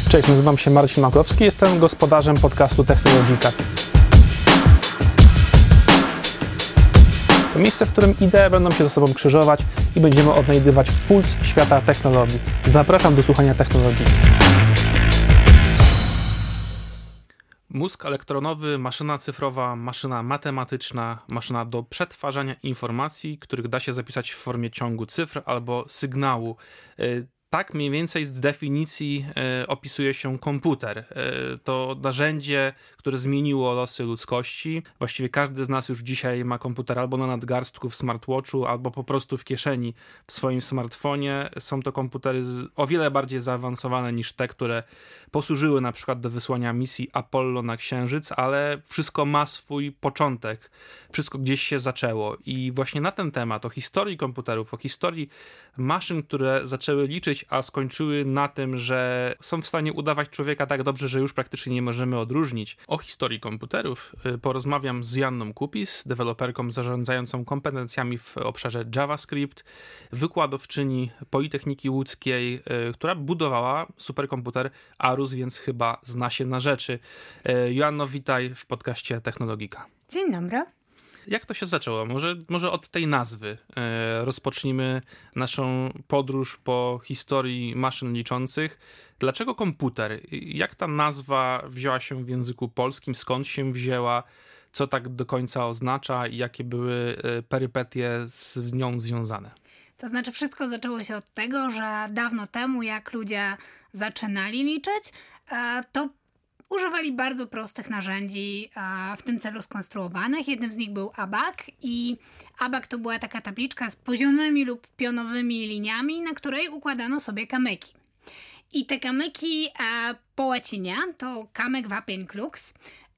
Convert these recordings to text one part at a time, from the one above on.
Cześć, nazywam się Marcin Makowski, jestem gospodarzem podcastu Technologika. To miejsce, w którym idee będą się ze sobą krzyżować i będziemy odnajdywać puls świata technologii. Zapraszam do słuchania Technologii. Mózg elektronowy, maszyna cyfrowa, maszyna matematyczna, maszyna do przetwarzania informacji, których da się zapisać w formie ciągu cyfr albo sygnału. Tak mniej więcej z definicji opisuje się komputer. To narzędzie, które zmieniło losy ludzkości. Właściwie każdy z nas już dzisiaj ma komputer albo na nadgarstku w smartwatchu, albo po prostu w kieszeni w swoim smartfonie. Są to komputery o wiele bardziej zaawansowane niż te, które posłużyły na przykład do wysłania misji Apollo na Księżyc, ale wszystko ma swój początek. Wszystko gdzieś się zaczęło. I właśnie na ten temat, o historii komputerów, o historii maszyn, które zaczęły liczyć, a skończyły na tym, że są w stanie udawać człowieka tak dobrze, że już praktycznie nie możemy odróżnić. O historii komputerów porozmawiam z Joanną Kupis, deweloperką zarządzającą kompetencjami w obszarze JavaScript, wykładowczyni Politechniki Łódzkiej, która budowała superkomputer Arus, więc chyba zna się na rzeczy. Joanno, witaj w podcaście Technologika. Dzień dobry. Jak to się zaczęło? Może od tej nazwy rozpocznijmy naszą podróż po historii maszyn liczących. Dlaczego komputer? Jak ta nazwa wzięła się w języku polskim? Skąd się wzięła? Co tak do końca oznacza? I jakie były perypetie z nią związane? To znaczy wszystko zaczęło się od tego, że dawno temu, jak ludzie zaczynali liczyć, to używali bardzo prostych narzędzi w tym celu skonstruowanych. Jednym z nich był ABAC i ABAC to była taka tabliczka z poziomymi lub pionowymi liniami, na której układano sobie kamyki. I te kamyki po łacinie to kamyk, wapień, klux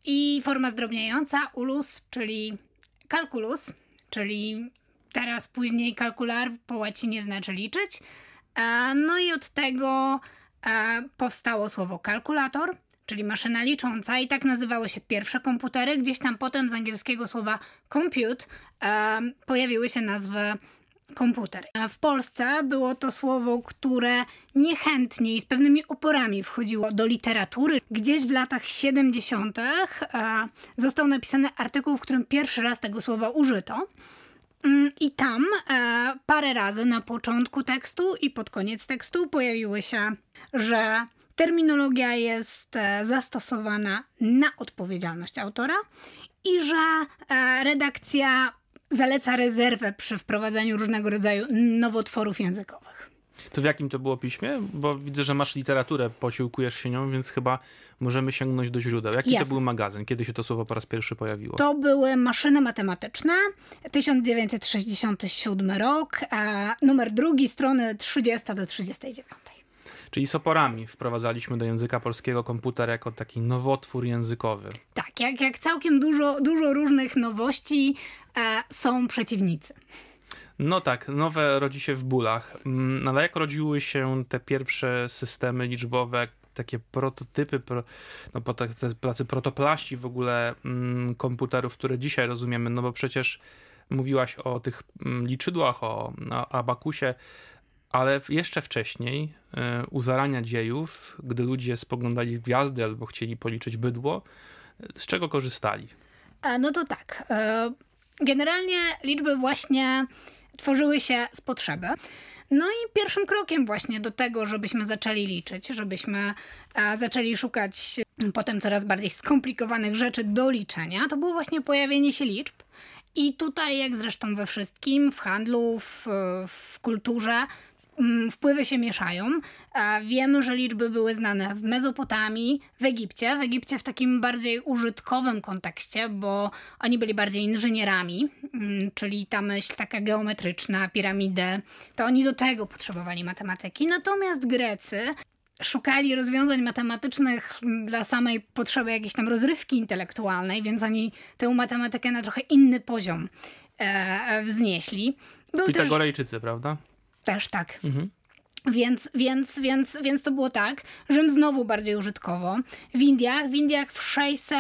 i forma zdrobniająca ulus, czyli calculus, czyli teraz później calcular po łacinie znaczy liczyć. No i od tego powstało słowo kalkulator, czyli maszyna licząca, i tak nazywały się pierwsze komputery. Gdzieś tam potem z angielskiego słowa compute pojawiły się nazwy komputer. W Polsce było to słowo, które niechętnie i z pewnymi oporami wchodziło do literatury. Gdzieś w latach 70. Został napisany artykuł, w którym pierwszy raz tego słowa użyto. I tam parę razy na początku tekstu i pod koniec tekstu pojawiły się, że terminologia jest zastosowana na odpowiedzialność autora i że redakcja zaleca rezerwę przy wprowadzaniu różnego rodzaju nowotworów językowych. To w jakim to było piśmie? Bo widzę, że masz literaturę, posiłkujesz się nią, więc chyba możemy sięgnąć do źródeł. Jaki to był magazyn? Kiedy się to słowo po raz pierwszy pojawiło? To były Maszyny Matematyczne, 1967 rok, numer 2, strony 30 do 39. Czyli z oporami wprowadzaliśmy do języka polskiego komputer jako taki nowotwór językowy. Tak, jak całkiem dużo różnych nowości są przeciwnicy. No tak, nowe rodzi się w bólach. Ale jak rodziły się te pierwsze systemy liczbowe, takie prototypy, tacy protoplaści w ogóle komputerów, które dzisiaj rozumiemy? No bo przecież mówiłaś o tych liczydłach, o abakusie, ale jeszcze wcześniej, u zarania dziejów, gdy ludzie spoglądali w gwiazdy albo chcieli policzyć bydło, z czego korzystali? No to tak. Generalnie liczby właśnie tworzyły się z potrzeby. No i pierwszym krokiem właśnie do tego, żebyśmy zaczęli liczyć, żebyśmy zaczęli szukać potem coraz bardziej skomplikowanych rzeczy do liczenia, to było właśnie pojawienie się liczb. I tutaj, jak zresztą we wszystkim, w handlu, w kulturze, wpływy się mieszają. Wiemy, że liczby były znane w Mezopotamii, w Egipcie w takim bardziej użytkowym kontekście, bo oni byli bardziej inżynierami, czyli ta myśl taka geometryczna, piramidy, to oni do tego potrzebowali matematyki. Natomiast Grecy szukali rozwiązań matematycznych dla samej potrzeby jakiejś tam rozrywki intelektualnej, więc oni tę matematykę na trochę inny poziom wznieśli. Pitagorejczycy, prawda? Też tak. Mhm. Więc to było tak. Rzym znowu bardziej użytkowo. W Indiach w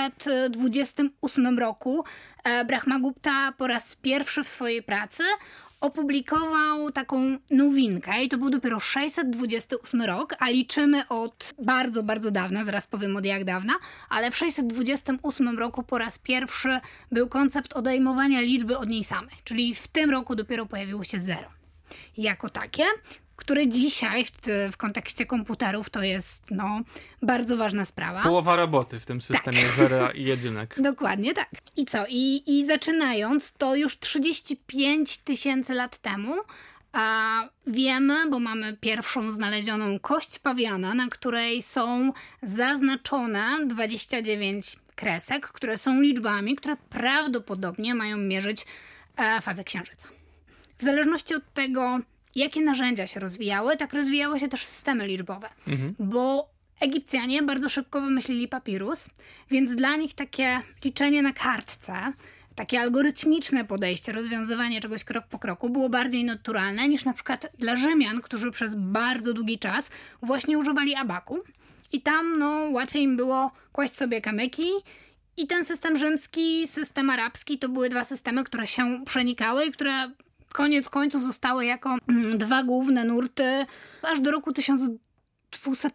628 roku Brahmagupta po raz pierwszy w swojej pracy opublikował taką nowinkę i to był dopiero 628 rok, a liczymy od bardzo, bardzo dawna, zaraz powiem od jak dawna, ale w 628 roku po raz pierwszy był koncept odejmowania liczby od niej samej, czyli w tym roku dopiero pojawiło się 0 jako takie, które dzisiaj w kontekście komputerów to jest bardzo ważna sprawa. Połowa roboty w tym systemie zera i jedynek. Dokładnie tak. I co? I zaczynając, to już 35 000 lat temu wiemy, bo mamy pierwszą znalezioną kość pawiana, na której są zaznaczone 29 kresek, które są liczbami, które prawdopodobnie mają mierzyć fazę Księżyca. W zależności od tego, jakie narzędzia się rozwijały, tak rozwijały się też systemy liczbowe. Bo Egipcjanie bardzo szybko wymyślili papirus, więc dla nich takie liczenie na kartce, takie algorytmiczne podejście, rozwiązywanie czegoś krok po kroku było bardziej naturalne niż na przykład dla Rzymian, którzy przez bardzo długi czas właśnie używali abaku. I tam łatwiej im było kłaść sobie kamyki. I ten system rzymski, system arabski to były dwa systemy, które się przenikały i które koniec końców zostały jako dwa główne nurty aż do roku 1200.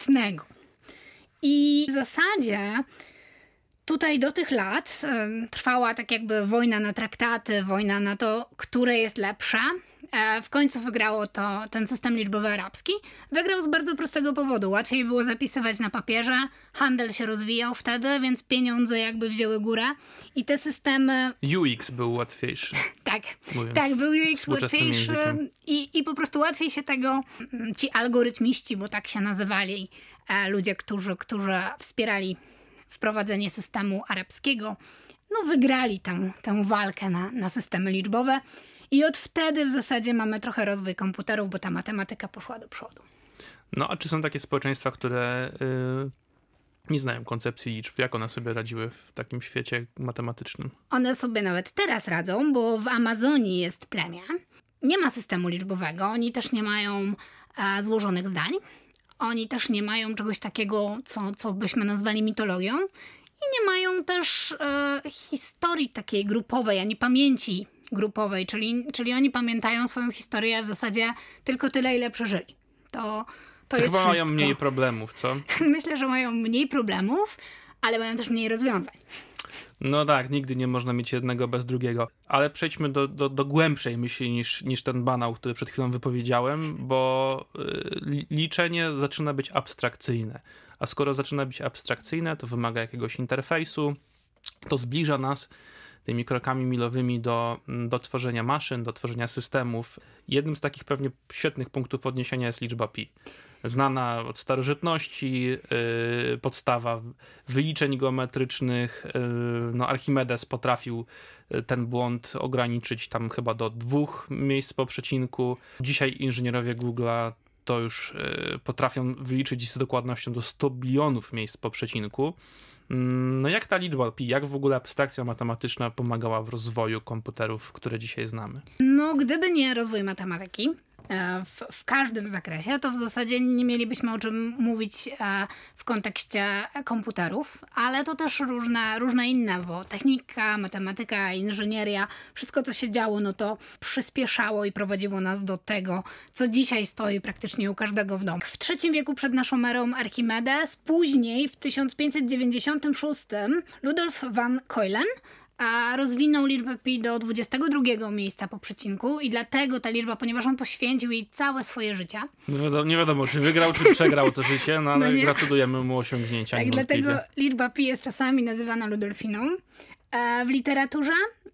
I w zasadzie tutaj do tych lat trwała tak jakby wojna na traktaty, wojna na to, które jest lepsze. W końcu wygrało to ten system liczbowy arabski. Wygrał z bardzo prostego powodu. Łatwiej było zapisywać na papierze, handel się rozwijał wtedy, więc pieniądze jakby wzięły górę i te systemy... UX był łatwiejszy. Tak, był UX łatwiejszy i po prostu łatwiej się tego, ci algorytmiści, bo tak się nazywali ludzie, którzy wspierali wprowadzenie systemu arabskiego, wygrali tę walkę na systemy liczbowe. I od wtedy w zasadzie mamy trochę rozwój komputerów, bo ta matematyka poszła do przodu. A czy są takie społeczeństwa, które nie znają koncepcji liczb? Jak one sobie radziły w takim świecie matematycznym? One sobie nawet teraz radzą, bo w Amazonii jest plemię. Nie ma systemu liczbowego, oni też nie mają złożonych zdań. Oni też nie mają czegoś takiego, co byśmy nazwali mitologią. I nie mają też historii takiej grupowej, ani pamięci grupowej, czyli oni pamiętają swoją historię w zasadzie tylko tyle, ile przeżyli. To jest chyba wszystko. mają mniej problemów, co? Myślę, że mają mniej problemów, ale mają też mniej rozwiązań. No tak, nigdy nie można mieć jednego bez drugiego. Ale przejdźmy do głębszej myśli niż ten banał, który przed chwilą wypowiedziałem, bo liczenie zaczyna być abstrakcyjne. A skoro zaczyna być abstrakcyjne, to wymaga jakiegoś interfejsu, to zbliża nas tymi krokami milowymi do tworzenia maszyn, do tworzenia systemów. Jednym z takich pewnie świetnych punktów odniesienia jest liczba pi. Znana od starożytności, podstawa wyliczeń geometrycznych. Archimedes potrafił ten błąd ograniczyć tam chyba do 2 miejsc po przecinku. Dzisiaj inżynierowie Google'a to już potrafią wyliczyć z dokładnością do 100 bilionów miejsc po przecinku. Jak ta liczba pi, jak w ogóle abstrakcja matematyczna pomagała w rozwoju komputerów, które dzisiaj znamy? Gdyby nie rozwój matematyki w każdym zakresie, to w zasadzie nie mielibyśmy o czym mówić w kontekście komputerów, ale to też różne inne, bo technika, matematyka, inżynieria, wszystko co się działo, to przyspieszało i prowadziło nas do tego, co dzisiaj stoi praktycznie u każdego w domu. W III wieku przed naszą erą Archimedes, później w 1596 Ludolf van Keulen rozwinął liczbę pi do 22 miejsca po przecinku i dlatego ta liczba, ponieważ on poświęcił jej całe swoje życie. Nie wiadomo, czy wygrał, czy przegrał to życie, ale gratulujemy mu osiągnięcia. Tak, dlatego liczba pi jest czasami nazywana Ludolfiną w literaturze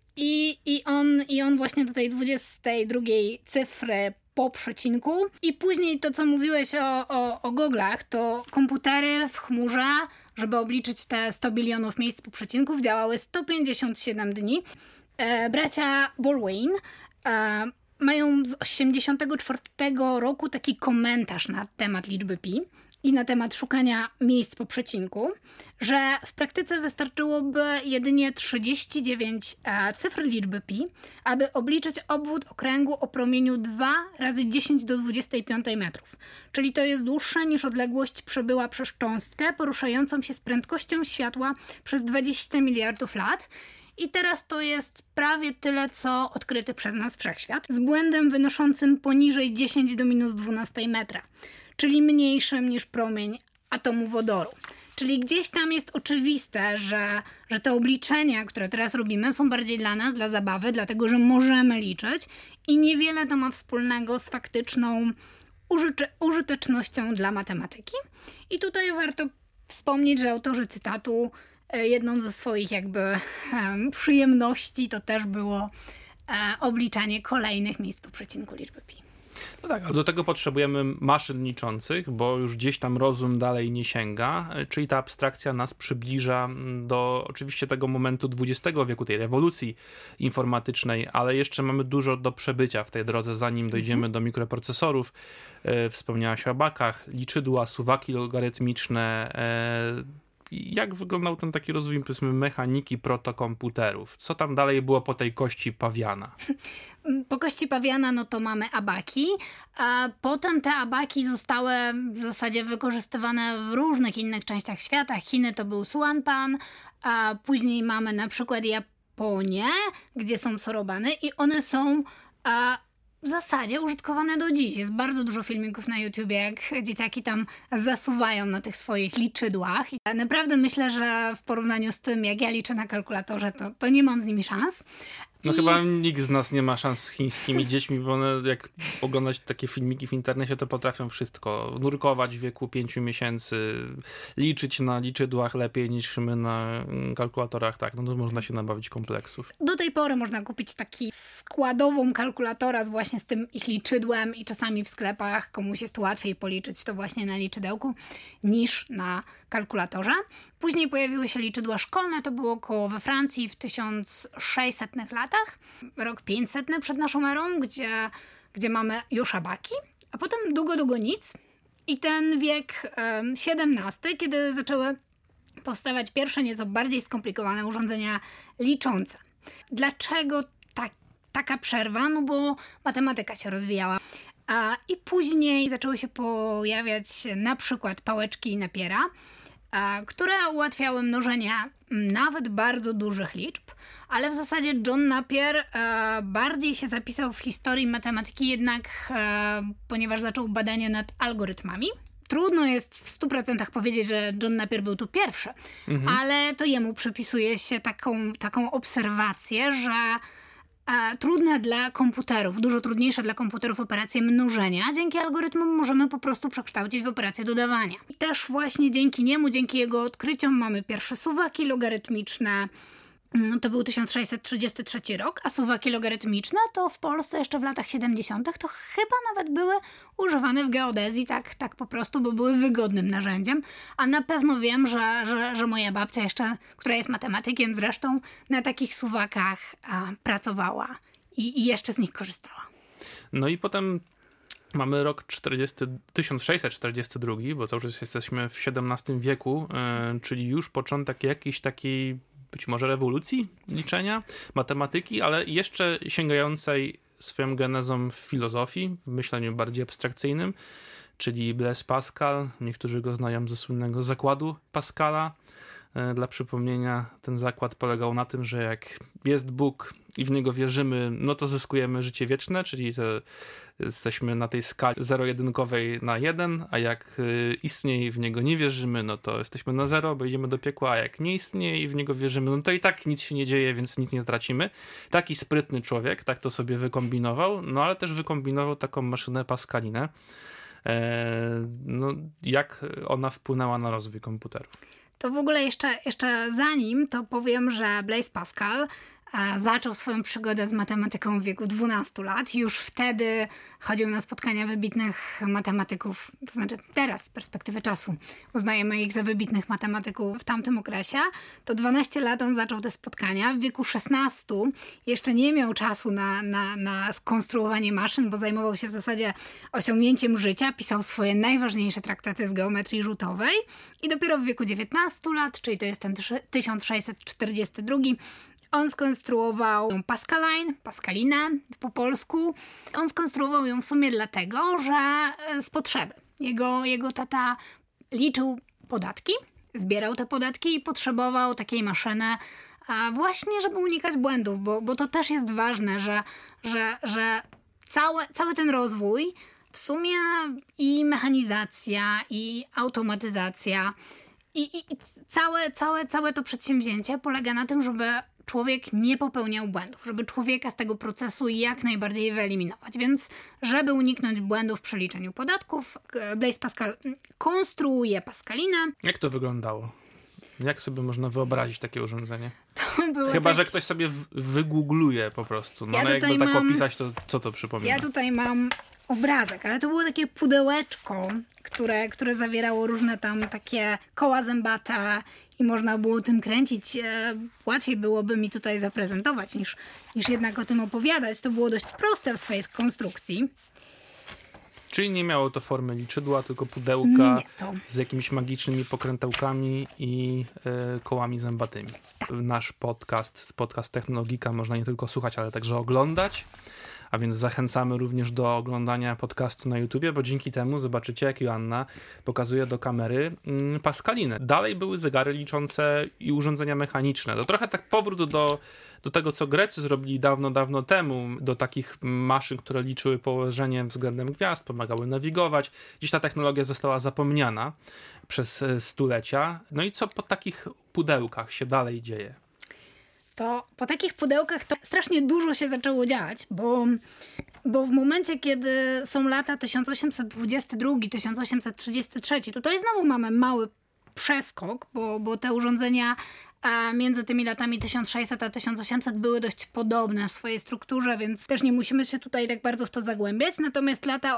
i on właśnie do tej 22 cyfry po przecinku. I później to, co mówiłeś o goglach, to komputery w chmurze, żeby obliczyć te 100 bilionów miejsc po przecinków, działały 157 dni. Bracia Borwein mają z 84 roku taki komentarz na temat liczby pi i na temat szukania miejsc po przecinku, że w praktyce wystarczyłoby jedynie 39 cyfr liczby pi, aby obliczyć obwód okręgu o promieniu 2 razy 10 do 25 metrów. Czyli to jest dłuższe niż odległość przebyła przez cząstkę poruszającą się z prędkością światła przez 20 miliardów lat. i teraz to jest prawie tyle, co odkryty przez nas wszechświat, z błędem wynoszącym poniżej 10 do minus 12 metra, czyli mniejszym niż promień atomu wodoru. Czyli gdzieś tam jest oczywiste, że te obliczenia, które teraz robimy, są bardziej dla nas, dla zabawy, dlatego że możemy liczyć i niewiele to ma wspólnego z faktyczną użytecznością dla matematyki. I tutaj warto wspomnieć, że autorzy cytatu, jedną ze swoich jakby przyjemności to też było obliczanie kolejnych miejsc po przecinku liczby pi. No tak, ale do tego potrzebujemy maszyn liczących, bo już gdzieś tam rozum dalej nie sięga, czyli ta abstrakcja nas przybliża do oczywiście tego momentu XX wieku, tej rewolucji informatycznej, ale jeszcze mamy dużo do przebycia w tej drodze, zanim dojdziemy do mikroprocesorów. Wspomniałaś o abakach, liczydła, suwaki logarytmiczne. Jak wyglądał ten taki rozwój, powiedzmy, mechaniki protokomputerów? Co tam dalej było po tej kości pawiana? Po kości pawiana no to mamy abaki, a potem te abaki zostały w zasadzie wykorzystywane w różnych innych częściach świata. Chiny to był Suanpan, a później mamy na przykład Japonię, gdzie są sorobany i one są w zasadzie użytkowane do dziś. Jest bardzo dużo filmików na YouTubie, jak dzieciaki tam zasuwają na tych swoich liczydłach. I naprawdę myślę, że w porównaniu z tym, jak ja liczę na kalkulatorze, to nie mam z nimi szans. No chyba nikt z nas nie ma szans z chińskimi dziećmi, bo one jak oglądać takie filmiki w internecie, to potrafią wszystko. Nurkować w wieku 5 miesięcy, liczyć na liczydłach lepiej niż my na kalkulatorach. Tak, no to można się nabawić kompleksów. Do tej pory można kupić taki składową kalkulatora właśnie z tym ich liczydłem i czasami w sklepach komuś jest łatwiej policzyć to właśnie na liczydełku niż na kalkulatorze. Później pojawiły się liczydła szkolne, to było około we Francji w 1600 latach, rok 500 przed naszą erą, gdzie mamy już abaki, a potem długo nic i ten wiek XVII, kiedy zaczęły powstawać pierwsze nieco bardziej skomplikowane urządzenia liczące. Dlaczego taka przerwa? No bo matematyka się rozwijała. I później zaczęły się pojawiać na przykład pałeczki Napiera, które ułatwiały mnożenie nawet bardzo dużych liczb, ale w zasadzie John Napier bardziej się zapisał w historii matematyki jednak, ponieważ zaczął badania nad algorytmami. Trudno jest w 100% powiedzieć, że John Napier był tu pierwszy, ale to jemu przypisuje się taką obserwację, że trudne dla komputerów, dużo trudniejsze dla komputerów operacje mnożenia, dzięki algorytmom możemy po prostu przekształcić w operację dodawania. I też właśnie dzięki niemu, dzięki jego odkryciom mamy pierwsze suwaki logarytmiczne. To był 1633 rok, a suwaki logarytmiczne to w Polsce jeszcze w latach 70. to chyba nawet były używane w geodezji tak po prostu, bo były wygodnym narzędziem. A na pewno wiem, że moja babcia jeszcze, która jest matematykiem zresztą, na takich suwakach pracowała i jeszcze z nich korzystała. No i potem mamy rok 1642, bo cały czas jesteśmy w XVII wieku, czyli już początek jakiejś takiej być może rewolucji liczenia, matematyki, ale jeszcze sięgającej swoją genezą w filozofii, w myśleniu bardziej abstrakcyjnym, czyli Blaise Pascal. Niektórzy go znają ze słynnego zakładu Pascala. Dla przypomnienia, ten zakład polegał na tym, że jak jest Bóg i w Niego wierzymy, no to zyskujemy życie wieczne, czyli jesteśmy na tej skali zero-jedynkowej na 1, a jak istnieje i w Niego nie wierzymy, no to jesteśmy na 0, bo idziemy do piekła, a jak nie istnieje i w Niego wierzymy, no to i tak nic się nie dzieje, więc nic nie tracimy. Taki sprytny człowiek, tak to sobie wykombinował, no ale też wykombinował taką maszynę Pascalinę. No, jak ona wpłynęła na rozwój komputerów? To w ogóle jeszcze zanim, to powiem, że Blaise Pascal zaczął swoją przygodę z matematyką w wieku 12 lat. Już wtedy chodził na spotkania wybitnych matematyków, to znaczy teraz z perspektywy czasu uznajemy ich za wybitnych matematyków w tamtym okresie. To 12 lat on zaczął te spotkania. W wieku 16 jeszcze nie miał czasu na skonstruowanie maszyn, bo zajmował się w zasadzie osiągnięciem życia. Pisał swoje najważniejsze traktaty z geometrii rzutowej i dopiero w wieku 19 lat, czyli to jest ten 1642, on skonstruował Pascalinę po polsku. On skonstruował ją w sumie dlatego, że z potrzeby. Jego tata liczył podatki, zbierał te podatki i potrzebował takiej maszyny, a właśnie żeby unikać błędów, bo to też jest ważne, że cały ten rozwój w sumie i mechanizacja, i automatyzacja, i całe to przedsięwzięcie polega na tym, żeby człowiek nie popełniał błędów, żeby człowieka z tego procesu jak najbardziej wyeliminować. Więc żeby uniknąć błędów przy liczeniu podatków, Blaise Pascal konstruuje Pascalinę. Jak to wyglądało? Jak sobie można wyobrazić takie urządzenie? Chyba, że ktoś sobie wygoogluje po prostu. No, ja ale jakby tak opisać, to co to przypomina? Ja tutaj mam obrazek, ale to było takie pudełeczko, które zawierało różne tam takie koła zębate i można było tym kręcić. Łatwiej byłoby mi tutaj zaprezentować niż jednak o tym opowiadać. To było dość proste w swojej konstrukcji. Czyli nie miało to formy liczydła, tylko pudełka to z jakimiś magicznymi pokrętełkami i kołami zębatymi. Nasz podcast Technologika można nie tylko słuchać, ale także oglądać. A więc zachęcamy również do oglądania podcastu na YouTubie, bo dzięki temu zobaczycie, jak Joanna pokazuje do kamery Pascalinę. Dalej były zegary liczące i urządzenia mechaniczne. To trochę tak powrót do tego, co Grecy zrobili dawno temu, do takich maszyn, które liczyły położenie względem gwiazd, pomagały nawigować. Dziś ta technologia została zapomniana przez stulecia. No i co po takich pudełkach się dalej dzieje? To po takich pudełkach to strasznie dużo się zaczęło dziać, bo w momencie, kiedy są lata 1822-1833, tutaj znowu mamy mały przeskok, bo te urządzenia między tymi latami 1600 a 1800 były dość podobne w swojej strukturze, więc też nie musimy się tutaj tak bardzo w to zagłębiać. Natomiast lata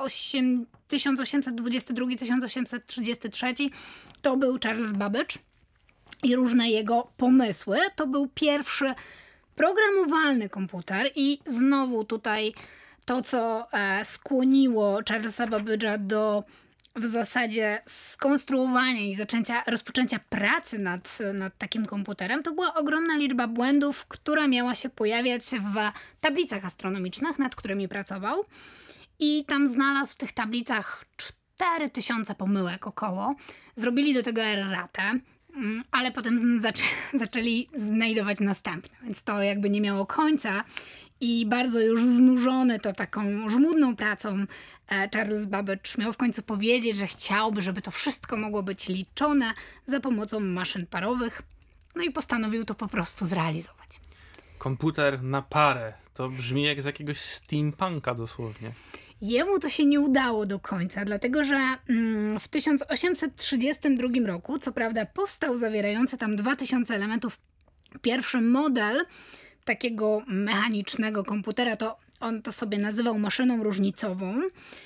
1822-1833 to był Charles Babbage i różne jego pomysły. To był pierwszy programowalny komputer i znowu tutaj to, co skłoniło Charlesa Babbage'a do w zasadzie skonstruowania i rozpoczęcia pracy nad takim komputerem, to była ogromna liczba błędów, która miała się pojawiać w tablicach astronomicznych, nad którymi pracował. I tam znalazł w tych tablicach 4000 pomyłek około. Zrobili do tego erratę, ale potem zaczęli znajdować następne, więc to jakby nie miało końca i bardzo już znużony to taką żmudną pracą Charles Babbage miał w końcu powiedzieć, że chciałby, żeby to wszystko mogło być liczone za pomocą maszyn parowych, no i postanowił to po prostu zrealizować. Komputer na parę, to brzmi jak z jakiegoś steampunka dosłownie. Jemu to się nie udało do końca, dlatego że w 1832 roku, co prawda powstał zawierający tam 2000 elementów pierwszy model takiego mechanicznego komputera, to on to sobie nazywał maszyną różnicową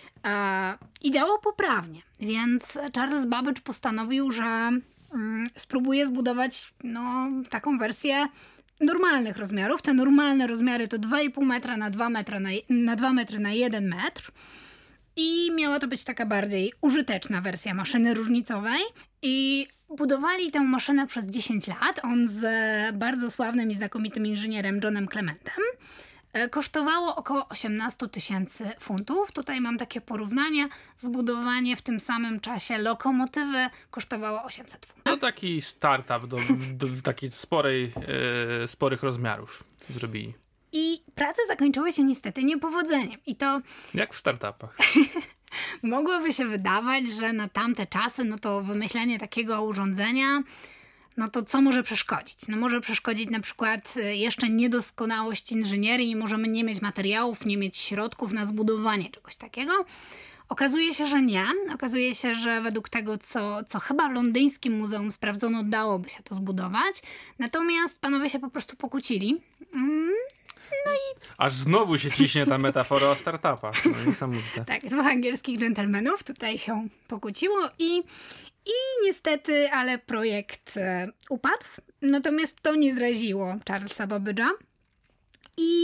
i działał poprawnie. Więc Charles Babbage postanowił, że spróbuje zbudować taką wersję normalnych rozmiarów. Te normalne rozmiary to 2,5 metra na 2 metry na 1 metr. I miała to być taka bardziej użyteczna wersja maszyny różnicowej. I budowali tę maszynę przez 10 lat. On z bardzo sławnym i znakomitym inżynierem Johnem Clementem. Kosztowało około 18 000 funtów. Tutaj mam takie porównanie. Zbudowanie w tym samym czasie lokomotywy kosztowało 800 funtów. No taki startup do takiej sporych rozmiarów zrobili. I prace zakończyły się niestety niepowodzeniem. I to... Jak w startupach. Mogłoby się wydawać, że na tamte czasy, no to wymyślenie takiego urządzenia, no to co może przeszkodzić? No może przeszkodzić na przykład jeszcze niedoskonałość inżynierii, możemy nie mieć materiałów, nie mieć środków na zbudowanie czegoś takiego. Okazuje się, że nie. Okazuje się, że według tego, co chyba w londyńskim muzeum sprawdzono, dałoby się to zbudować. Natomiast panowie się po prostu pokłócili. No i... Aż znowu się ciśnie ta metafora o startupach. No, niesamowite. Tak, dwóch angielskich dżentelmenów tutaj się pokłóciło i niestety, ale projekt upadł. Natomiast to nie zraziło Charlesa Babbage'a i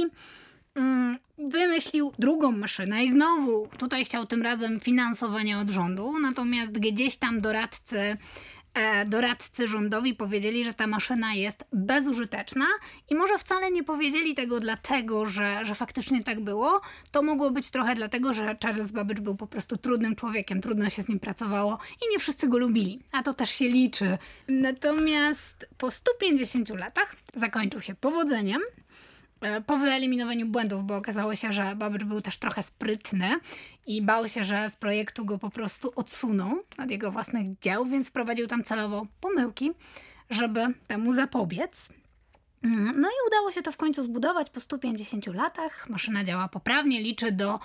wymyślił drugą maszynę i znowu tutaj chciał tym razem finansowania od rządu, natomiast gdzieś tam doradcy doradcy rządowi powiedzieli, że ta maszyna jest bezużyteczna i może wcale nie powiedzieli tego dlatego, że faktycznie tak było. To mogło być trochę dlatego, że Charles Babbage był po prostu trudnym człowiekiem, trudno się z nim pracowało i nie wszyscy go lubili, a to też się liczy. Natomiast po 150 latach zakończył się powodzeniem. Po wyeliminowaniu błędów, bo okazało się, że Babbage był też trochę sprytny i bał się, że z projektu go po prostu odsuną od jego własnych dzieł, więc wprowadził tam celowo pomyłki, żeby temu zapobiec. No i udało się to w końcu zbudować po 150 latach. Maszyna działa poprawnie, liczy do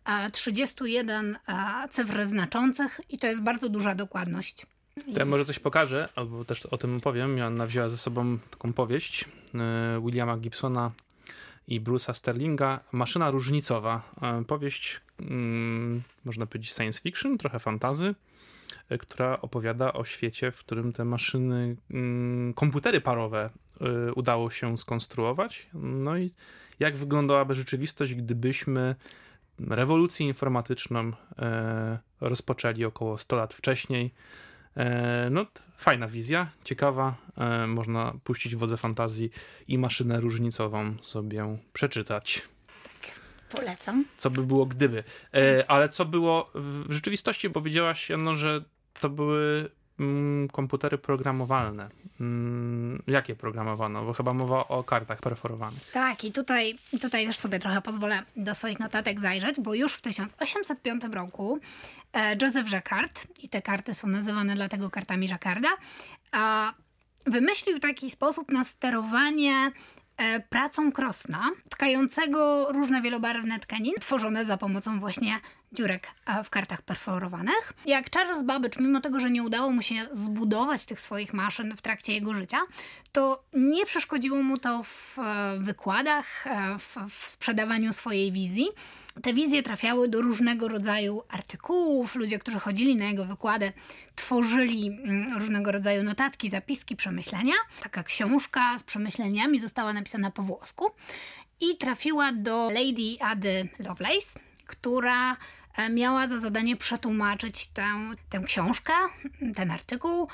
31 cyfr znaczących i to jest bardzo duża dokładność. To ja może coś pokażę, albo też o tym opowiem. Joanna wzięła ze sobą taką powieść Williama Gibsona i Bruce'a Sterlinga, Maszyna różnicowa. Powieść, można powiedzieć science fiction, trochę fantasy, która opowiada o świecie, w którym te maszyny, komputery parowe udało się skonstruować. No i jak wyglądałaby rzeczywistość, gdybyśmy rewolucję informatyczną rozpoczęli około 100 lat wcześniej. No, fajna wizja, ciekawa. Można puścić wodze fantazji i Maszynę różnicową sobie przeczytać. Tak, polecam. Co by było gdyby. Ale co było w rzeczywistości, bo powiedziałaś, Janno, że to były komputery programowalne. Jakie programowano? Bo chyba mowa o kartach perforowanych. Tak, i tutaj też sobie trochę pozwolę do swoich notatek zajrzeć, bo już w 1805 roku Joseph Jacquard, i te karty są nazywane dlatego kartami Jacquarda, wymyślił taki sposób na sterowanie pracą krosna, tkającego różne wielobarwne tkaniny, tworzone za pomocą właśnie dziurek w kartach perforowanych. Jak Charles Babbage, mimo tego, że nie udało mu się zbudować tych swoich maszyn w trakcie jego życia, to nie przeszkodziło mu to w wykładach, w sprzedawaniu swojej wizji. Te wizje trafiały do różnego rodzaju artykułów. Ludzie, którzy chodzili na jego wykłady, tworzyli różnego rodzaju notatki, zapiski, przemyślenia. Taka książka z przemyśleniami została napisana po włosku i trafiła do Lady Ady Lovelace, która miała za zadanie przetłumaczyć tę książkę, ten artykuł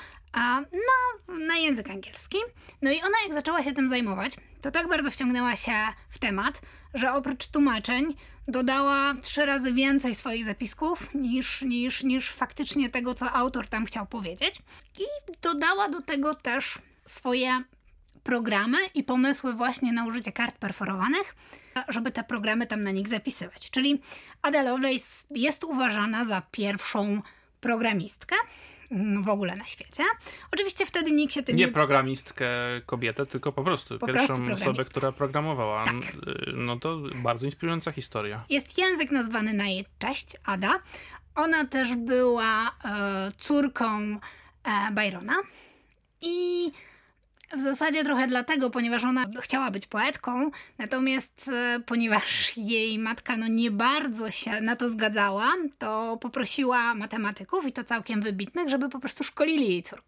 na język angielski. No i ona, jak zaczęła się tym zajmować, to tak bardzo wciągnęła się w temat, że oprócz tłumaczeń dodała 3 razy więcej swoich zapisków niż faktycznie tego, co autor tam chciał powiedzieć. I dodała do tego też swoje programy i pomysły właśnie na użycie kart perforowanych, żeby te programy tam na nich zapisywać. Czyli Ada Lovelace jest uważana za pierwszą programistkę w ogóle na świecie. Oczywiście wtedy nikt się tym nie programistkę kobietę, tylko po prostu pierwszą osobę, która programowała. Tak. No to bardzo inspirująca historia. Jest język nazwany na jej cześć, Ada. Ona też była córką Byrona i w zasadzie trochę dlatego, ponieważ ona chciała być poetką, natomiast ponieważ jej matka nie bardzo się na to zgadzała, to poprosiła matematyków, i to całkiem wybitnych, żeby po prostu szkolili jej córkę.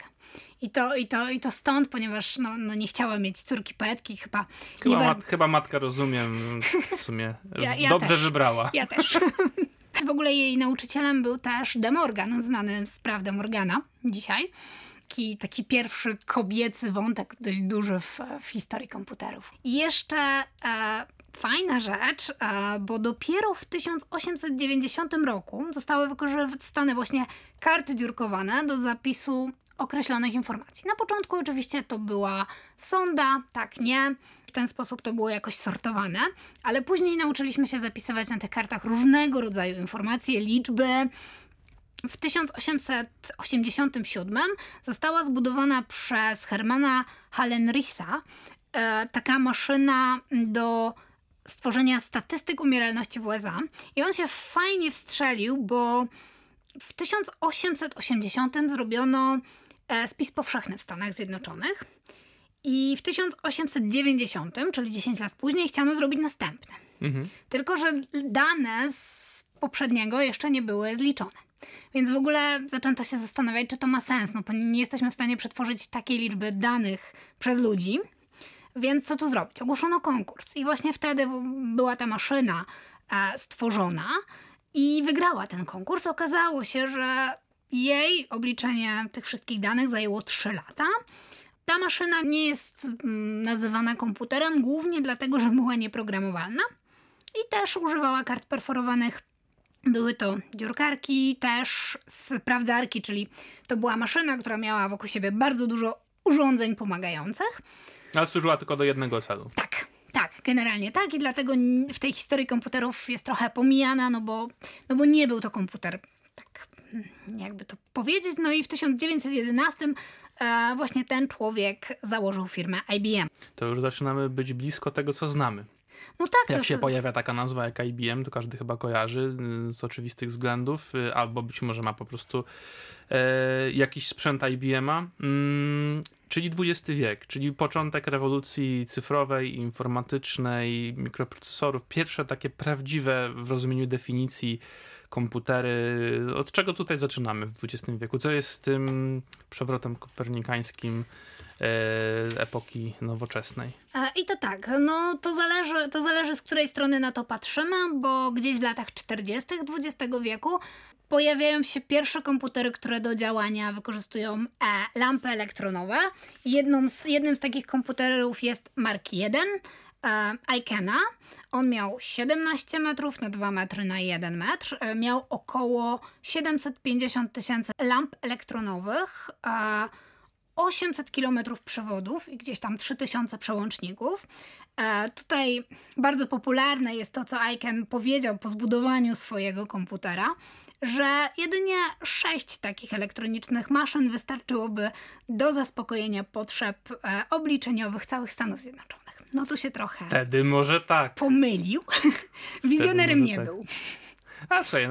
I to stąd, ponieważ nie chciała mieć córki poetki, chyba matka, rozumiem, w sumie dobrze też wybrała. Ja też. W ogóle jej nauczycielem był też De Morgan, znany z praw De Morgana dzisiaj. Taki pierwszy kobiecy wątek, dość duży w historii komputerów. I jeszcze fajna rzecz, bo dopiero w 1890 roku zostały wykorzystane właśnie karty dziurkowane do zapisu określonych informacji. Na początku oczywiście to była sonda, tak, nie. W ten sposób to było jakoś sortowane, ale później nauczyliśmy się zapisywać na tych kartach różnego rodzaju informacje, liczby. W 1887 została zbudowana przez Hermana Hallenricha taka maszyna do stworzenia statystyk umieralności w USA. I on się fajnie wstrzelił, bo w 1880 zrobiono spis powszechny w Stanach Zjednoczonych i w 1890, czyli 10 lat później, chciano zrobić następny. Tylko że dane z poprzedniego jeszcze nie były zliczone. Więc w ogóle zaczęto się zastanawiać, czy to ma sens, bo nie jesteśmy w stanie przetworzyć takiej liczby danych przez ludzi, więc co tu zrobić? Ogłoszono konkurs i właśnie wtedy była ta maszyna stworzona i wygrała ten konkurs. Okazało się, że Jej obliczenie tych wszystkich danych zajęło 3 lata. Ta maszyna nie jest nazywana komputerem głównie dlatego, że była nieprogramowalna i też używała kart perforowanych. Były to dziurkarki, też sprawdzarki, czyli to była maszyna, która miała wokół siebie bardzo dużo urządzeń pomagających. Ale służyła tylko do jednego celu. Tak, generalnie tak i dlatego w tej historii komputerów jest trochę pomijana, no bo nie był to komputer, tak jakby to powiedzieć. No i w 1911 właśnie ten człowiek założył firmę IBM. To już zaczynamy być blisko tego, co znamy. No tak. Jak się pojawia taka nazwa jak IBM, to każdy chyba kojarzy z oczywistych względów, albo być może ma po prostu jakiś sprzęt IBM-a, czyli XX wiek, czyli początek rewolucji cyfrowej, informatycznej, mikroprocesorów. Pierwsze takie prawdziwe w rozumieniu definicji komputery. Od czego tutaj zaczynamy w XX wieku? Co jest tym przewrotem kopernikańskim epoki nowoczesnej? I to tak, no to zależy z której strony na to patrzymy, bo gdzieś w latach 40. XX wieku pojawiają się pierwsze komputery, które do działania wykorzystują lampy elektronowe. Jednym z takich komputerów jest Mark I, Ikena. On miał 17 metrów na 2 metry na 1 metr. Miał około 750 tysięcy lamp elektronowych, 800 km przewodów i gdzieś tam 3000 przełączników. Tutaj bardzo popularne jest to, co Iken powiedział po zbudowaniu swojego komputera, że jedynie 6 takich elektronicznych maszyn wystarczyłoby do zaspokojenia potrzeb obliczeniowych całych Stanów Zjednoczonych. No tu się trochę Wtedy może tak pomylił. Wizjonerem nie tak był. A słuchaj, no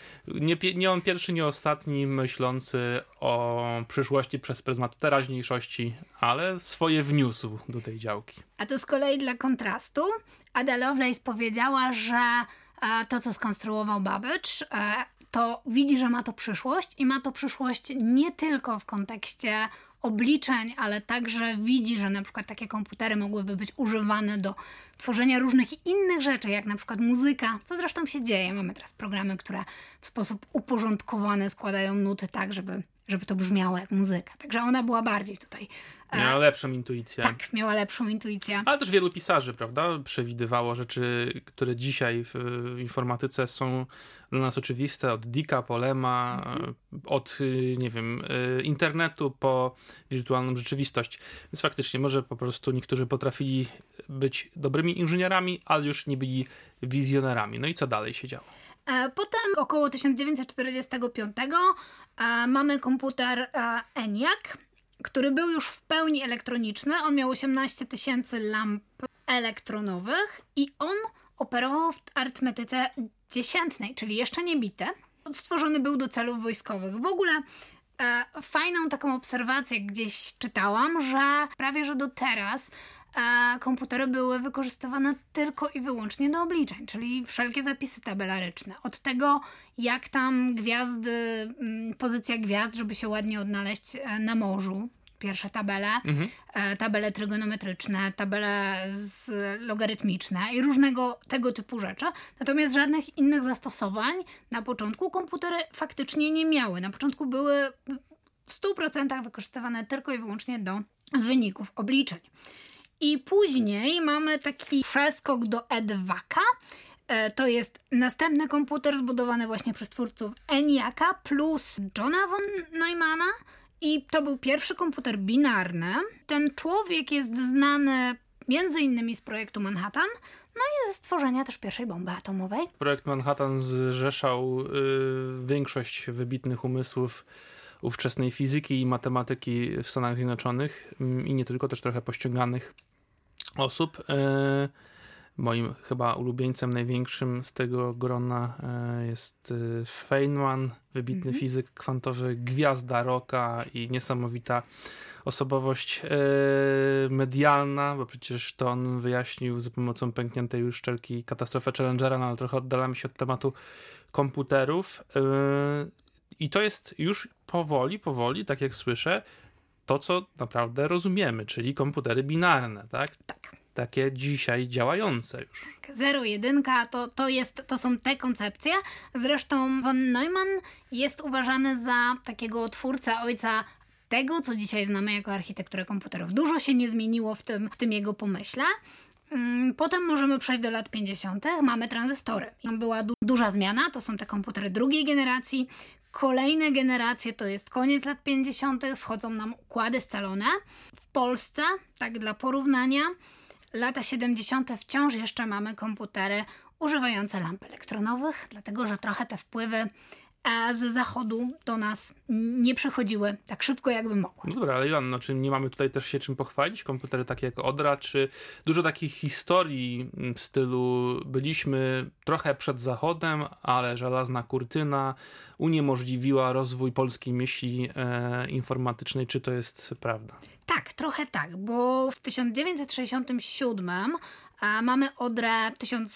nie on pierwszy, nie ostatni myślący o przyszłości przez pryzmat teraźniejszości, ale swoje wniósł do tej działki. A tu z kolei dla kontrastu Ada Lovelace powiedziała, że to, co skonstruował Babbage, to widzi, że ma to przyszłość i ma to przyszłość nie tylko w kontekście obliczeń, ale także widzi, że na przykład takie komputery mogłyby być używane do tworzenia różnych innych rzeczy, jak na przykład muzyka, co zresztą się dzieje. Mamy teraz programy, które w sposób uporządkowany składają nuty tak, żeby to brzmiało jak muzyka. Także ona była bardziej tutaj... Miała lepszą intuicję. Tak, miała lepszą intuicję. Ale też wielu pisarzy, prawda, przewidywało rzeczy, które dzisiaj w informatyce są dla nas oczywiste, od Dicka po Lema, od, nie wiem, internetu po wirtualną rzeczywistość. Więc faktycznie może po prostu niektórzy potrafili być dobrymi inżynierami, ale już nie byli wizjonerami. No i co dalej się działo? Potem około 1945 mamy komputer ENIAC, który był już w pełni elektroniczny. On miał 18 tysięcy lamp elektronowych i on operował w arytmetyce dziesiętnej, czyli jeszcze nie bite. Stworzony był do celów wojskowych. W ogóle fajną taką obserwację gdzieś czytałam, że prawie że do teraz komputery były wykorzystywane tylko i wyłącznie do obliczeń, czyli wszelkie zapisy tabelaryczne. Od tego, jak tam gwiazdy, pozycja gwiazd, żeby się ładnie odnaleźć na morzu, pierwsze tabele, tabele trygonometryczne, tabele logarytmiczne i różnego tego typu rzeczy. Natomiast żadnych innych zastosowań na początku komputery faktycznie nie miały. Na początku były w 100% wykorzystywane tylko i wyłącznie do wyników obliczeń. I później mamy taki przeskok do EDVAC-a. To jest następny komputer zbudowany właśnie przez twórców ENIAC-a plus Johna von Neumana. I to był pierwszy komputer binarny. Ten człowiek jest znany między innymi z projektu Manhattan, no i ze stworzenia też pierwszej bomby atomowej. Projekt Manhattan zrzeszał większość wybitnych umysłów ówczesnej fizyki i matematyki w Stanach Zjednoczonych i nie tylko, też trochę pościąganych osób. Moim chyba ulubieńcem największym z tego grona jest Feynman, wybitny fizyk kwantowy, gwiazda rocka i niesamowita osobowość medialna, bo przecież to on wyjaśnił za pomocą pękniętej uszczelki katastrofę Challengera, no ale trochę oddalamy się od tematu komputerów. I to jest już powoli, tak jak słyszę, to, co naprawdę rozumiemy, czyli komputery binarne, tak? Tak. takie dzisiaj działające już. 0,1 to są te koncepcje. Zresztą von Neumann jest uważany za takiego twórcę, ojca tego, co dzisiaj znamy jako architekturę komputerów. Dużo się nie zmieniło w tym jego pomyśle. Potem możemy przejść do lat 50. Mamy tranzystory. Była duża zmiana, to są te komputery drugiej generacji. Kolejne generacje to jest koniec lat 50. Wchodzą nam układy scalone. W Polsce, tak dla porównania, lata 70. wciąż jeszcze mamy komputery używające lamp elektronowych, dlatego że trochę te wpływy z zachodu do nas nie przychodziły tak szybko, jakby mogły. No dobra, ale Joanno, czy nie mamy tutaj też się czym pochwalić? Komputery takie jak Odra, czy dużo takich historii w stylu byliśmy trochę przed zachodem, ale żelazna kurtyna uniemożliwiła rozwój polskiej myśli informatycznej. Czy to jest prawda? Tak, trochę tak, bo w 1967 mamy Odrę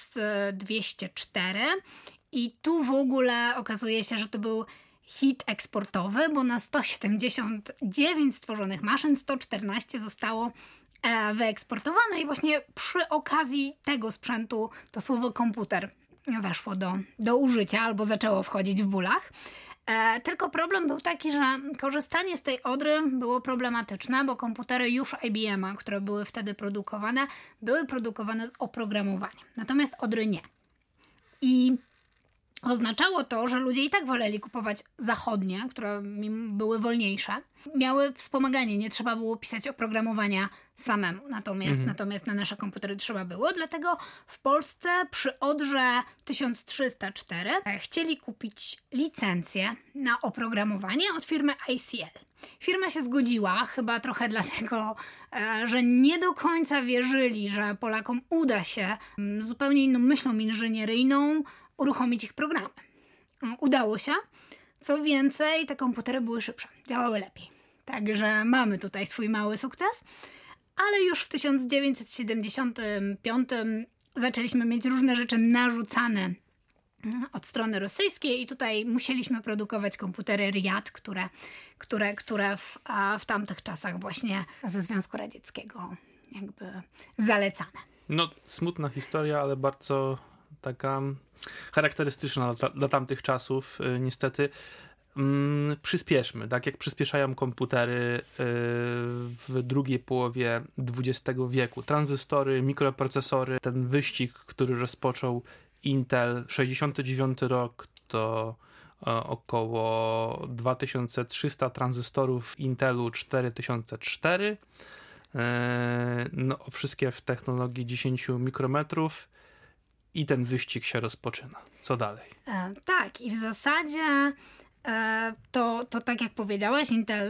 1204 i tu w ogóle okazuje się, że to był hit eksportowy, bo na 179 stworzonych maszyn 114 zostało wyeksportowane i właśnie przy okazji tego sprzętu to słowo komputer weszło do użycia albo zaczęło wchodzić w bólach. Tylko problem był taki, że korzystanie z tej Odry było problematyczne, bo komputery już IBM-a, które były wtedy produkowane, były produkowane z oprogramowaniem. Natomiast Odry nie. I oznaczało to, że ludzie i tak woleli kupować zachodnie, które były wolniejsze. Miały wspomaganie, nie trzeba było pisać oprogramowania samemu. Natomiast na nasze komputery trzeba było, dlatego w Polsce przy Odrze 1304 chcieli kupić licencję na oprogramowanie od firmy ICL. Firma się zgodziła, chyba trochę dlatego, że nie do końca wierzyli, że Polakom uda się zupełnie inną myślą inżynieryjną uruchomić ich programy. Udało się. Co więcej, te komputery były szybsze, działały lepiej. Także mamy tutaj swój mały sukces, ale już w 1975 zaczęliśmy mieć różne rzeczy narzucane od strony rosyjskiej i tutaj musieliśmy produkować komputery Riad, które w tamtych czasach właśnie ze Związku Radzieckiego jakby zalecane. No, smutna historia, ale bardzo taka charakterystyczna dla tamtych czasów, niestety. Przyspieszmy, tak jak przyspieszają komputery w drugiej połowie XX wieku. Tranzystory, mikroprocesory, ten wyścig, który rozpoczął Intel, 69 rok to około 2300 tranzystorów Intelu 4004. No, wszystkie w technologii 10 mikrometrów. I ten wyścig się rozpoczyna. Co dalej? Tak, i w zasadzie to tak jak powiedziałeś, Intel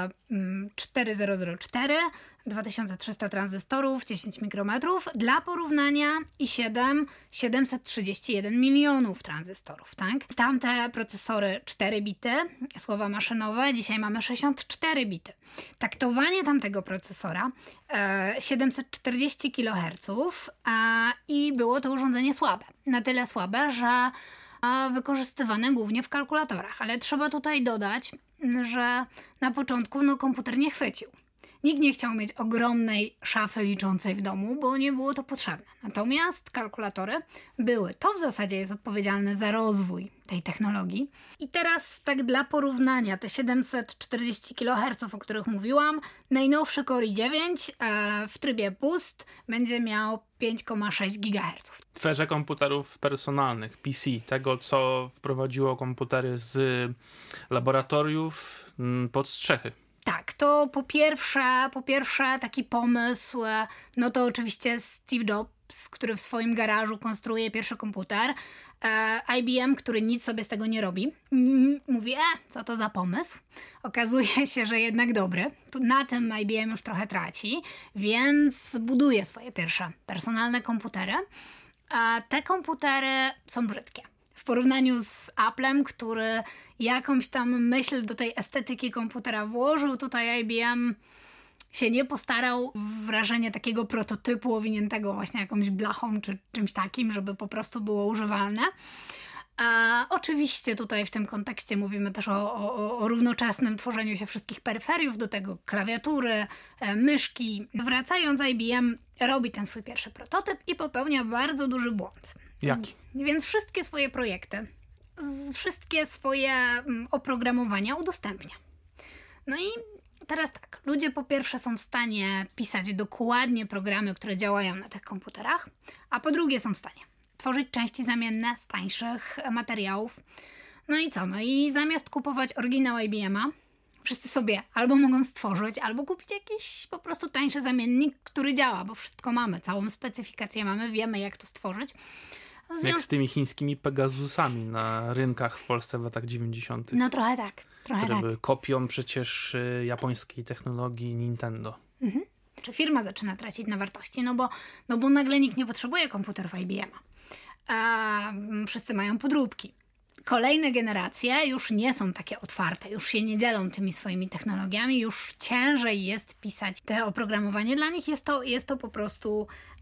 4004, 2300 tranzystorów, 10 mikrometrów. Dla porównania i7 731 milionów tranzystorów. Tak? Tamte procesory 4 bity, słowa maszynowe, dzisiaj mamy 64 bity. Taktowanie tamtego procesora 740 kHz i było to urządzenie słabe. Na tyle słabe, że wykorzystywane głównie w kalkulatorach. Ale trzeba tutaj dodać, że na początku komputer nie chwycił. Nikt nie chciał mieć ogromnej szafy liczącej w domu, bo nie było to potrzebne. Natomiast kalkulatory były. To w zasadzie jest odpowiedzialne za rozwój tej technologii. I teraz tak dla porównania, te 740 kHz, o których mówiłam, najnowszy Core i9 w trybie boost będzie miał 5,6 GHz. W erze komputerów personalnych, PC, tego co wprowadziło komputery z laboratoriów pod strzechy. Tak, to po pierwsze taki pomysł, no to oczywiście Steve Jobs, który w swoim garażu konstruuje pierwszy komputer, IBM, który nic sobie z tego nie robi, mówi, co to za pomysł? Okazuje się, że jednak dobry. Na tym IBM już trochę traci, więc buduje swoje pierwsze personalne komputery. A te komputery są brzydkie. W porównaniu z Applem, który jakąś tam myśl do tej estetyki komputera włożył, tutaj IBM się nie postarał. Wrażenie takiego prototypu owiniętego właśnie jakąś blachą czy czymś takim, żeby po prostu było używalne. A oczywiście tutaj w tym kontekście mówimy też o równoczesnym tworzeniu się wszystkich peryferiów, do tego klawiatury, myszki. Wracając, IBM robi ten swój pierwszy prototyp i popełnia bardzo duży błąd. Jaki? Więc wszystkie swoje projekty, wszystkie swoje oprogramowania udostępnia. No i teraz tak, ludzie po pierwsze są w stanie pisać dokładnie programy, które działają na tych komputerach, a po drugie są w stanie tworzyć części zamienne z tańszych materiałów. No i co? No i zamiast kupować oryginał IBM-a, wszyscy sobie albo mogą stworzyć, albo kupić jakiś po prostu tańszy zamiennik, który działa, bo wszystko mamy, całą specyfikację mamy, wiemy jak to stworzyć. Jak z tymi chińskimi Pegasusami na rynkach w Polsce w latach 90. No trochę tak. Które były kopią przecież japońskiej technologii Nintendo. Czy firma zaczyna tracić na wartości, no bo nagle nikt nie potrzebuje komputerów IBM-a. Wszyscy mają podróbki. Kolejne generacje już nie są takie otwarte, już się nie dzielą tymi swoimi technologiami, już ciężej jest pisać te oprogramowanie. Dla nich jest to po prostu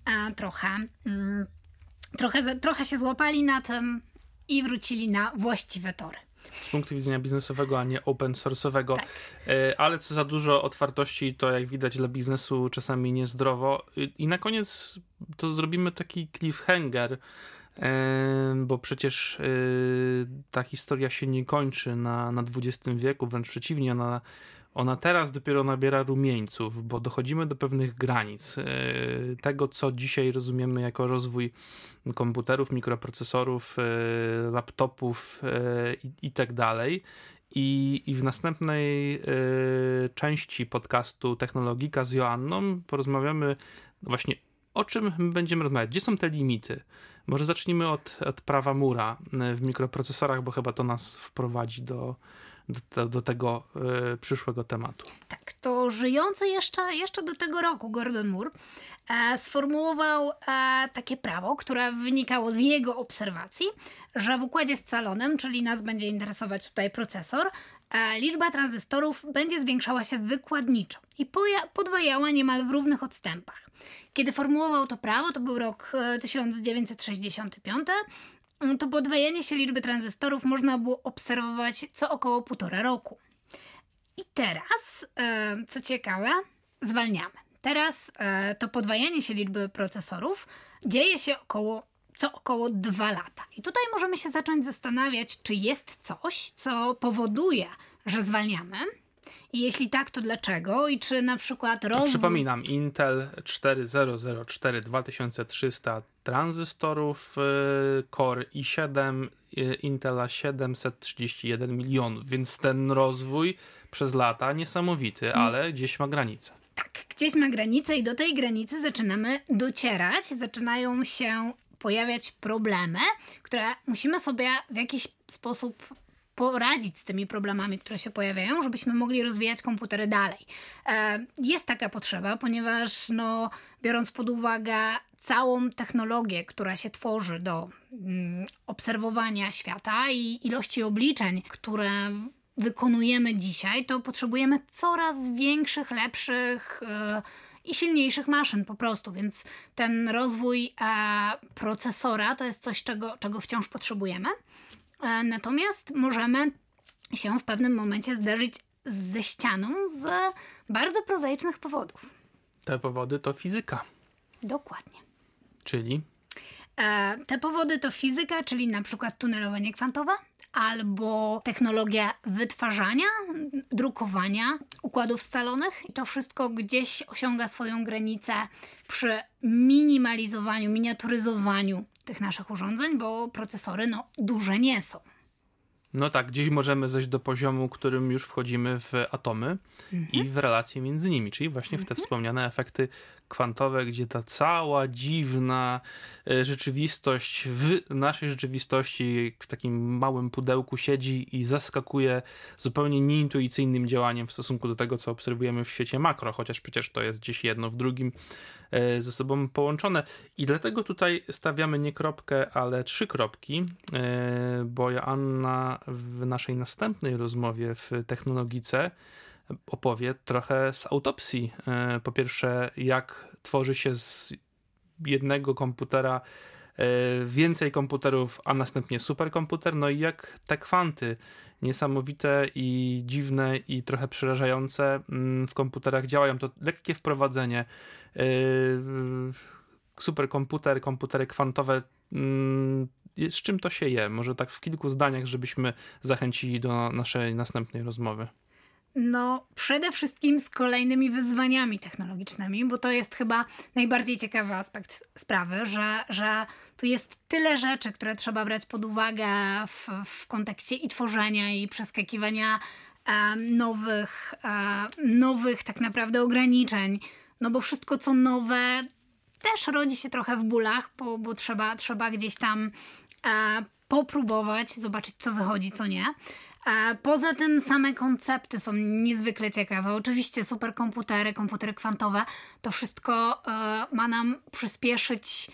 trochę się złapali na tym i wrócili na właściwe tory. Z punktu widzenia biznesowego, a nie open source'owego. Tak. Ale co za dużo otwartości, to jak widać dla biznesu czasami niezdrowo. I na koniec to zrobimy taki cliffhanger, bo przecież ta historia się nie kończy na XX wieku, wręcz przeciwnie, ona teraz dopiero nabiera rumieńców, bo dochodzimy do pewnych granic tego, co dzisiaj rozumiemy jako rozwój komputerów, mikroprocesorów, laptopów i tak dalej. I w następnej części podcastu Technologika z Joanną porozmawiamy właśnie o czym będziemy rozmawiać. Gdzie są te limity? Może zacznijmy od prawa Moore'a w mikroprocesorach, bo chyba to nas wprowadzi do tego przyszłego tematu. Tak, to żyjący jeszcze do tego roku Gordon Moore sformułował takie prawo, które wynikało z jego obserwacji, że w układzie scalonym, czyli nas będzie interesować tutaj procesor, liczba tranzystorów będzie zwiększała się wykładniczo i podwajała niemal w równych odstępach. Kiedy formułował to prawo, to był rok 1965, to podwajanie się liczby tranzystorów można było obserwować co około 1,5 roku. I teraz, co ciekawe, zwalniamy. Teraz to podwajanie się liczby procesorów dzieje się co około 2 lata. I tutaj możemy się zacząć zastanawiać, czy jest coś, co powoduje, że zwalniamy. I jeśli tak, to dlaczego? I czy na przykład rozwój... Przypominam, Intel 4004 2300 tranzystorów, Core i7, Intela 731 milionów, więc ten rozwój przez lata niesamowity, ale gdzieś ma granicę. Tak, gdzieś ma granicę i do tej granicy zaczynamy docierać, zaczynają się pojawiać problemy, które musimy sobie w jakiś sposób poradzić z tymi problemami, które się pojawiają, żebyśmy mogli rozwijać komputery dalej. Jest taka potrzeba, ponieważ biorąc pod uwagę całą technologię, która się tworzy do obserwowania świata i ilości obliczeń, które wykonujemy dzisiaj, to potrzebujemy coraz większych, lepszych i silniejszych maszyn po prostu, więc ten rozwój procesora to jest coś, czego wciąż potrzebujemy. Natomiast możemy się w pewnym momencie zderzyć ze ścianą z bardzo prozaicznych powodów. Te powody to fizyka. Dokładnie. Czyli? Te powody to fizyka, czyli na przykład tunelowanie kwantowe, albo technologia wytwarzania, drukowania układów scalonych. I to wszystko gdzieś osiąga swoją granicę przy minimalizowaniu, miniaturyzowaniu tych naszych urządzeń, bo procesory duże nie są. No tak, gdzieś możemy zejść do poziomu, którym już wchodzimy w atomy i w relacje między nimi, czyli właśnie w te wspomniane efekty kwantowe, gdzie ta cała dziwna rzeczywistość w naszej rzeczywistości w takim małym pudełku siedzi i zaskakuje zupełnie nieintuicyjnym działaniem w stosunku do tego, co obserwujemy w świecie makro, chociaż przecież to jest gdzieś jedno w drugim ze sobą połączone. I dlatego tutaj stawiamy nie kropkę, ale 3 kropki, bo Joanna w naszej następnej rozmowie w Technologice opowie trochę z autopsji. Po pierwsze, jak tworzy się z jednego komputera więcej komputerów, a następnie superkomputer, no i jak te kwanty niesamowite i dziwne i trochę przerażające w komputerach działają. To lekkie wprowadzenie. Superkomputer, komputery kwantowe, z czym to się je? Może tak w kilku zdaniach, żebyśmy zachęcili do naszej następnej rozmowy. No, przede wszystkim z kolejnymi wyzwaniami technologicznymi, bo to jest chyba najbardziej ciekawy aspekt sprawy, że tu jest tyle rzeczy, które trzeba brać pod uwagę w kontekście i tworzenia, i przeskakiwania nowych tak naprawdę ograniczeń. No bo wszystko co nowe też rodzi się trochę w bólach, bo trzeba gdzieś tam popróbować, zobaczyć co wychodzi, co nie. Poza tym same koncepty są niezwykle ciekawe. Oczywiście superkomputery, komputery kwantowe, to wszystko ma nam przyspieszyć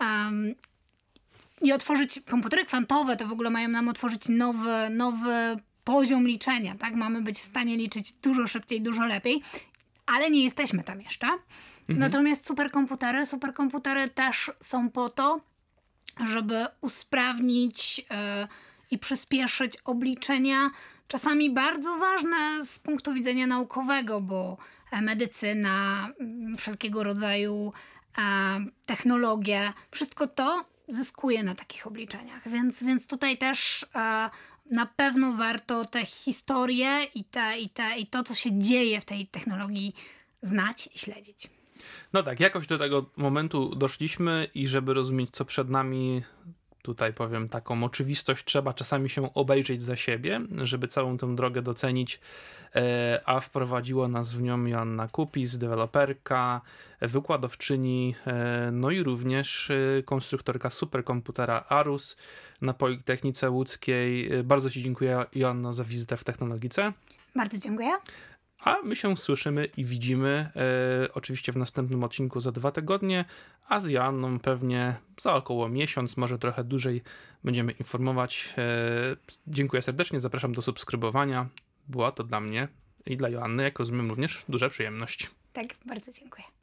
i otworzyć. Komputery kwantowe to w ogóle mają nam otworzyć nowy poziom liczenia, tak? Mamy być w stanie liczyć dużo szybciej, dużo lepiej, ale nie jesteśmy tam jeszcze. Natomiast superkomputery też są po to, żeby usprawnić i przyspieszyć obliczenia, czasami bardzo ważne z punktu widzenia naukowego, bo medycyna, wszelkiego rodzaju technologie, wszystko to zyskuje na takich obliczeniach. Więc tutaj też na pewno warto te historie i to, co się dzieje w tej technologii, znać i śledzić. No tak, jakoś do tego momentu doszliśmy i żeby rozumieć, co przed nami, tutaj powiem taką oczywistość, trzeba czasami się obejrzeć za siebie, żeby całą tę drogę docenić, a wprowadziła nas w nią Joanna Kupis, deweloperka, wykładowczyni, no i również konstruktorka superkomputera Arus na Politechnice Łódzkiej. Bardzo Ci dziękuję, Joanno, za wizytę w Technologice. Bardzo dziękuję. A my się słyszymy i widzimy oczywiście w następnym odcinku za 2 tygodnie, a z Joanną pewnie za około miesiąc, może trochę dłużej będziemy informować. Dziękuję serdecznie, zapraszam do subskrybowania. Była to dla mnie i dla Joanny, jak rozumiem, również duża przyjemność. Tak, bardzo dziękuję.